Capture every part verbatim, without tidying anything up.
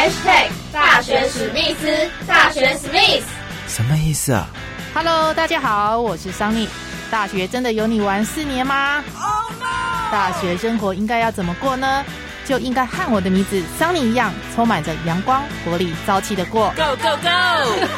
hashtag 大学史密斯，大学史密斯， 什么意思啊 ？Hello， 大家好，我是桑尼。大学真的有你玩四年吗？ Oh no！ 大学生活应该要怎么过呢？就应该和我的名字桑尼一样，充满着阳光、活力、朝气的过。 Go go go！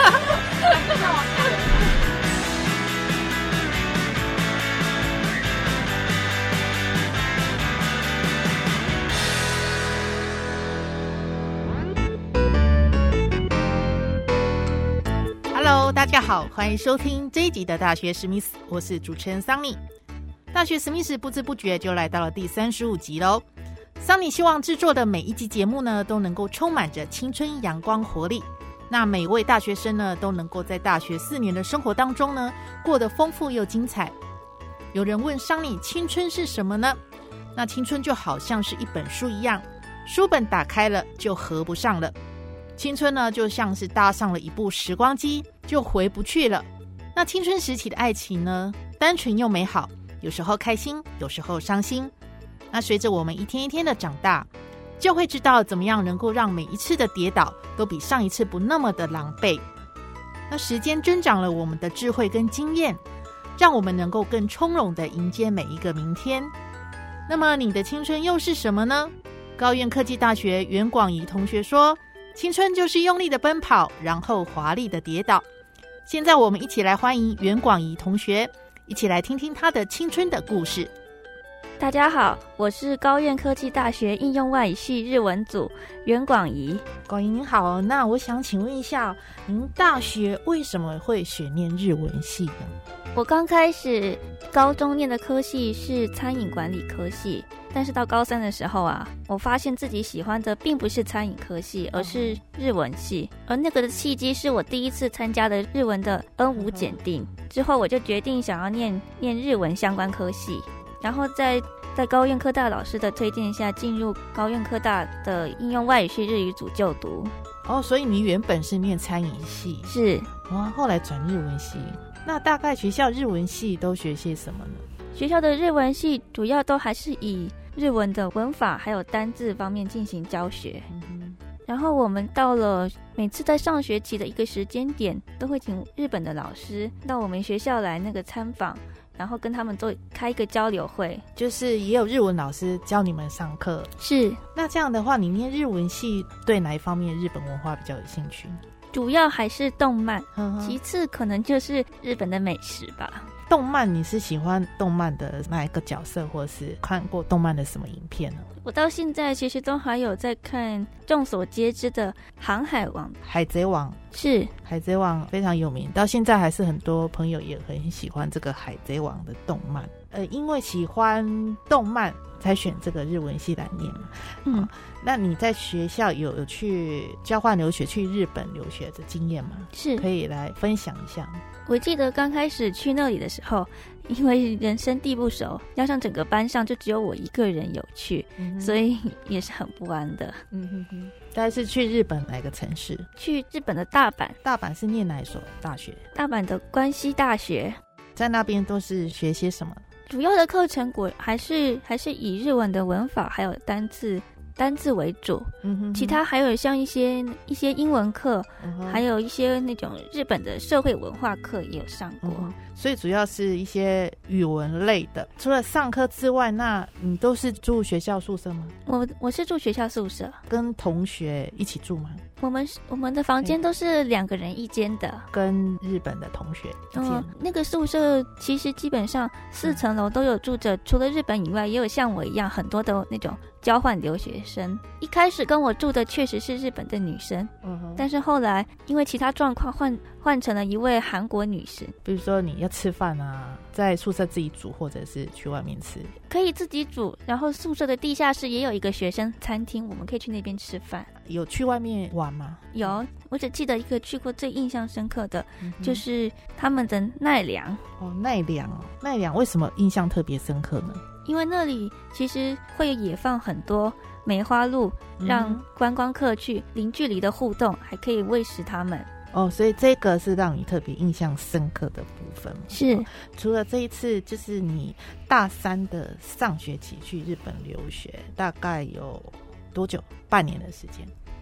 Hello， 大家好，欢迎收听这一集的大学史密斯，我是主持人桑尼。大学史密斯不知不觉就来到了第三十五集喽。桑尼希望制作的每一集节目呢，都能够充满着青春、阳光、活力。那每位大学生呢，都能够在大学四年的生活当中呢，过得丰富又精彩。有人问桑尼，青春是什么呢？那青春就好像是一本书一样，书本打开了就合不上了。青春呢，就像是搭上了一部时光机，就回不去了。那青春时期的爱情呢，单纯又美好，有时候开心，有时候伤心。那随着我们一天一天的长大，就会知道怎么样能够让每一次的跌倒都比上一次不那么的狼狈。那时间增长了我们的智慧跟经验，让我们能够更从容的迎接每一个明天。那么你的青春又是什么呢？高苑科技大学袁广仪同学说，青春就是用力的奔跑，然后华丽的跌倒。现在我们一起来欢迎袁广仪同学，一起来听听他的青春的故事。 大家好，我是高苑科技大学应用外语系日文组袁广仪。 广仪您好，那我想请问一下，您大学为什么会选念日文系呢？ 我刚开始高中念的科系是餐饮管理科系，但是到高三的时候啊，我发现自己喜欢的并不是餐饮科系，而是日文系。而那个的契机是我第一次参加的日文的 N 五 检定，之后我就决定想要念念日文相关科系。然后在在高苑科大老师的推荐下，进入高苑科大的应用外语系日语组就读。 哦，所以你原本是念餐饮系， 是哇，后来转日文系。那大概学校日文系都学些什么呢？ 学校的日文系主要都还是以日文的文法还有单字方面进行教学。嗯，然后我们到了每次在上学期的一个时间点，都会请日本的老师到我们学校来那个参访，然后跟他们做开一个交流会， 就是也有日文老师教你们上课。 是。 那这样的话，你念日文系对哪一方面日本文化比较有兴趣？ 主要还是动漫， 呵呵， 其次可能就是日本的美食吧。 动漫，你是喜欢动漫的哪一个角色，或是看过动漫的什么影片呢？ 我到现在其实都还有在看众所皆知的航海王、 海贼王。 是， 海贼王非常有名，到现在还是很多朋友也很喜欢这个海贼王的动漫。呃，因为喜欢动漫才选这个日文系来念嘛。嗯、哦，那你在学校有有去交换留学、去日本留学的经验吗？ 是， 可以来分享一下。 我记得刚开始去那里的时候，因为人生地不熟，加上整个班上就只有我一个人有去，嗯、所以也是很不安的。 嗯哼哼。大概是去日本哪个城市？ 去日本的大阪。 大阪是念哪一所大学？ 大阪的关西大学。 在那边都是学些什么？ 主要的课程果还是还是以日文的文法还有单字单字为主，嗯哼哼，其他还有像一些一些英文课，嗯，还有一些那种日本的社会文化课也有上过，嗯， 所以主要是一些语文类的。除了上课之外，那你都是住学校宿舍吗？ 我我是住学校宿舍， 跟同学一起住吗？ 我们我们的房间都是两个人一间的， 跟日本的同学一间， 嗯。那个宿舍其实基本上四层楼都有住着，除了日本以外，也有像我一样很多的那种交换留学生。一开始跟我住的确实是日本的女生，嗯，但是后来因为其他状况换换成了一位韩国女生。 比如说你要吃饭啊，在宿舍自己煮，或者是去外面吃？ 可以自己煮，然后宿舍的地下室也有一个学生餐厅，我们可以去那边吃饭。 有去外面玩吗？ 有，我只记得一个去过最印象深刻的，嗯，就是他们的奈良。 哦，奈良哦，奈良为什么印象特别深刻呢？ 因为那里其实会野放很多梅花鹿，让观光客去零距离的互动，还可以喂食他们。 哦，所以这个是让你特别印象深刻的部分。 是， 哦，除了这一次，就是你大三的上学期去日本留学，大概有多久？半年的时间。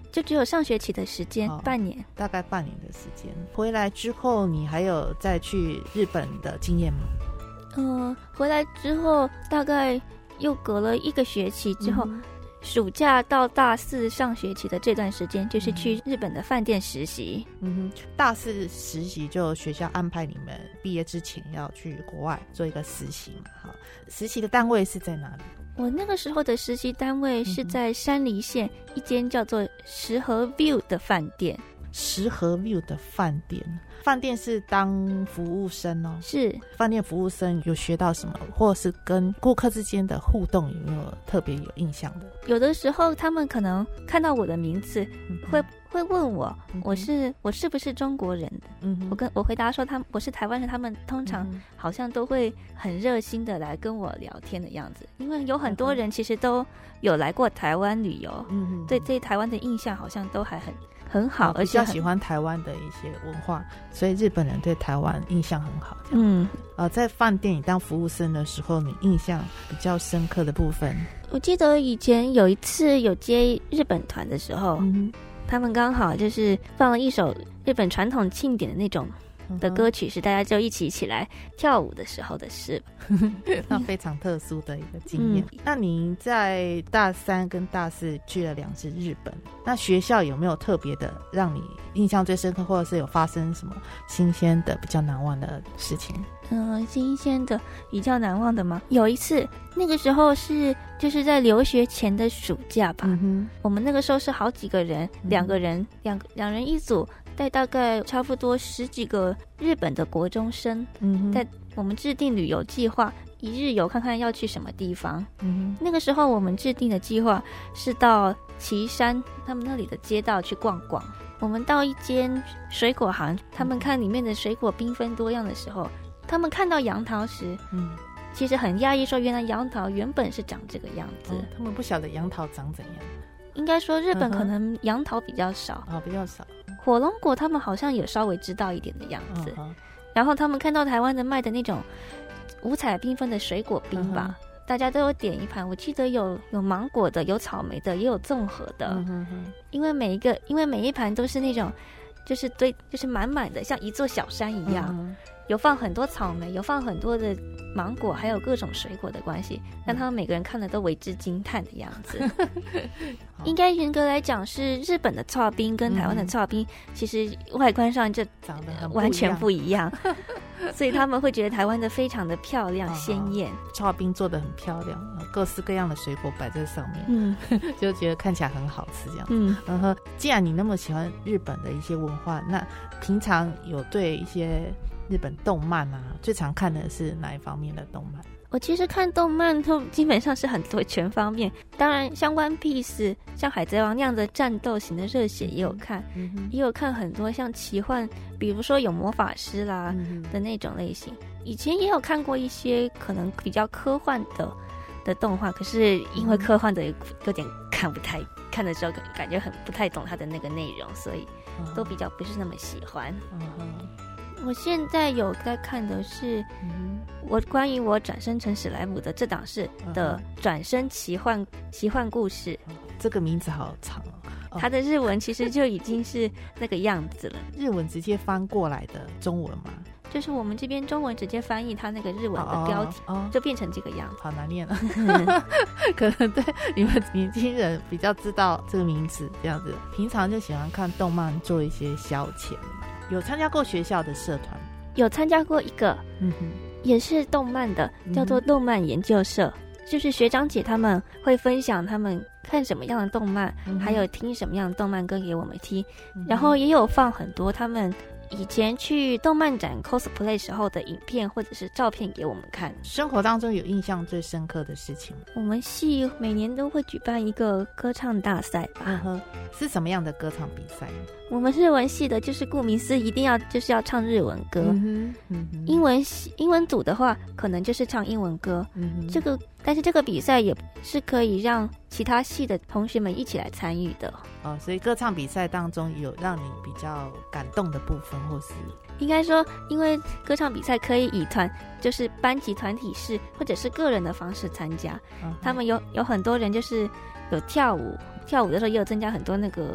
就只有上学期的时间、 哦、 半年， 大概半年的时间。回来之后你还有再去日本的经验吗？ 呃，回来之后大概又隔了一个学期之后、嗯、暑假到大四上学期的这段时间就是去日本的饭店实习。 嗯哼，大四实习就学校安排你们毕业之前要去国外做一个实习嘛。好，实习的单位是在哪里？ 我那个时候的实习单位是在山梨县一间叫做石河 View 的饭店。 石河 View 的饭店，饭店是当服务生哦。 是， 饭店服务生有学到什么，或是跟顾客之间的互动有没有特别有印象的？ 有的时候他们可能看到我的名字，嗯、会会问我，嗯、我是我是不是中国人？嗯，我跟我回答说他我是台湾人，他们通常好像都会很热心的来跟我聊天的样子，因为有很多人其实都有来过台湾旅游，嗯，对对台湾的印象好像都还很。很好，而且比较喜欢台湾的一些文化，所以日本人对台湾印象很好。 嗯， 呃，在饭店里当服务生的时候，你印象比较深刻的部分？ 我记得以前有一次有接日本团的时候，嗯、他们刚好就是放了一首日本传统庆典的那种的歌曲，是大家就一起起来跳舞的时候的事。 那非常特殊的一个经验。嗯、那你在大三跟大四去了两次日本，那学校有没有特别的让你印象最深刻，或者是有发生什么新鲜的比较难忘的事情？ 嗯，新鲜的比较难忘的吗？有一次，那个时候是就是在留学前的暑假吧。嗯、我们那个时候是好几个人，两个人，两两人一组。带大概差不多十几个日本的国中生，嗯，在我们制定旅游计划，一日游看看要去什么地方。嗯，那个时候我们制定的计划是到旗山他们那里的街道去逛逛。我们到一间水果行，他们看里面的水果缤纷多样的时候，他们看到杨桃时，嗯，其实很讶异，说原来杨桃原本是长这个样子。哦、 他们不晓得杨桃长怎样。 应该说日本可能杨桃比较少， 哦，比较少。 火龙果他们好像有稍微知道一点的样子，嗯、然后他们看到台湾的卖的那种五彩缤纷的水果冰吧，嗯、大家都有点一盘。我记得有有芒果的，有草莓的，也有综合的。嗯、哼哼因为每一个，因为每一盘都是那种，就是堆，就是满满的，像一座小山一样。嗯、有放很多草莓，有放很多的芒果，还有各种水果的关系，让他们每个人看了都为之惊叹的样子。应该严格来讲，是日本的刨冰跟台湾的刨冰，嗯、其实外观上就长得很完全不一样，所以他们会觉得台湾的非常的漂亮鲜艳。 刨冰做得很漂亮，各式各样的水果摆在上面，嗯，就觉得看起来很好吃这样。嗯，然后既然你那么喜欢日本的一些文化，那平常有对一些日本动漫啊，最常看的是哪一方面的动漫？ 我其实看动漫都基本上是很多全方面，当然像 One Piece 像海贼王那样的战斗型的热血也有看，嗯、也有看很多像奇幻，比如说有魔法师啦、嗯、的那种类型。以前也有看过一些可能比较科幻的的动画，可是因为科幻的有点看不太，看的时候感觉很不太懂它的那个内容，所以都比较不是那么喜欢。嗯嗯我现在有在看的是，嗯、我关于我转生成史莱姆的这档事的转生奇幻奇幻故事。 这个名字好长哦。 它的日文其实就已经是那个样子了。 日文直接翻过来的中文吗？ 就是我们这边中文直接翻译它那个日文的标题，哦哦、就变成这个样子。 好难念啊！可能对你们年轻人比较知道这个名字这样子。平常就喜欢看动漫做一些消遣。有参加过学校的社团？ 有参加过一个，嗯哼，也是动漫的，叫做动漫研究社。嗯、就是学长姐他们会分享他们看什么样的动漫，嗯、还有听什么样的动漫歌给我们听，嗯、然后也有放很多他们以前去动漫展 cosplay 时候的影片或者是照片给我们看。 生活当中有印象最深刻的事情？ 我们系每年都会举办一个歌唱大赛吧。 嗯哼，是什么样的歌唱比赛？ 我们日文系的就是顾名思义一定要就是要唱日文歌。嗯哼嗯哼英文系英文组的话可能就是唱英文歌。嗯哼这个但是这个比赛也是可以让其他系的同学们一起来参与的。 哦，所以歌唱比赛当中有让你比较感动的部分，或是应该说因为歌唱比赛可以以团就是班级团体式或者是个人的方式参加。嗯、他们有有很多人就是有跳舞跳舞的时候也有增加很多那个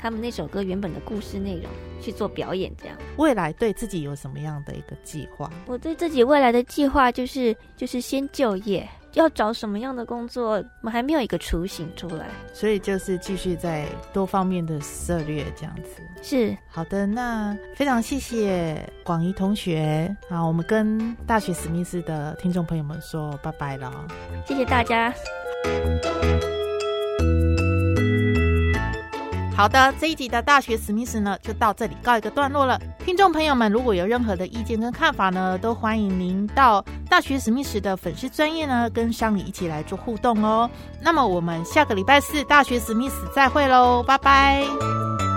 他们那首歌原本的故事内容去做表演这样。 未来对自己有什么样的一个计划？ 我对自己未来的计划就是就是先就业，要找什么样的工作我们还没有一个雏形出来， 所以就是继续在多方面的涉略这样子。 是， 好的，那非常谢谢广怡同学。好，我们跟大学史密斯的听众朋友们说拜拜了， 谢谢大家。 好的，这一集的大学史密斯呢就到这里告一个段落了。听众朋友们如果有任何的意见跟看法呢，都欢迎您到大学史密斯的粉丝专页呢跟桑尼一起来做互动哦。那么我们下个礼拜四大学史密斯再会喽，拜拜。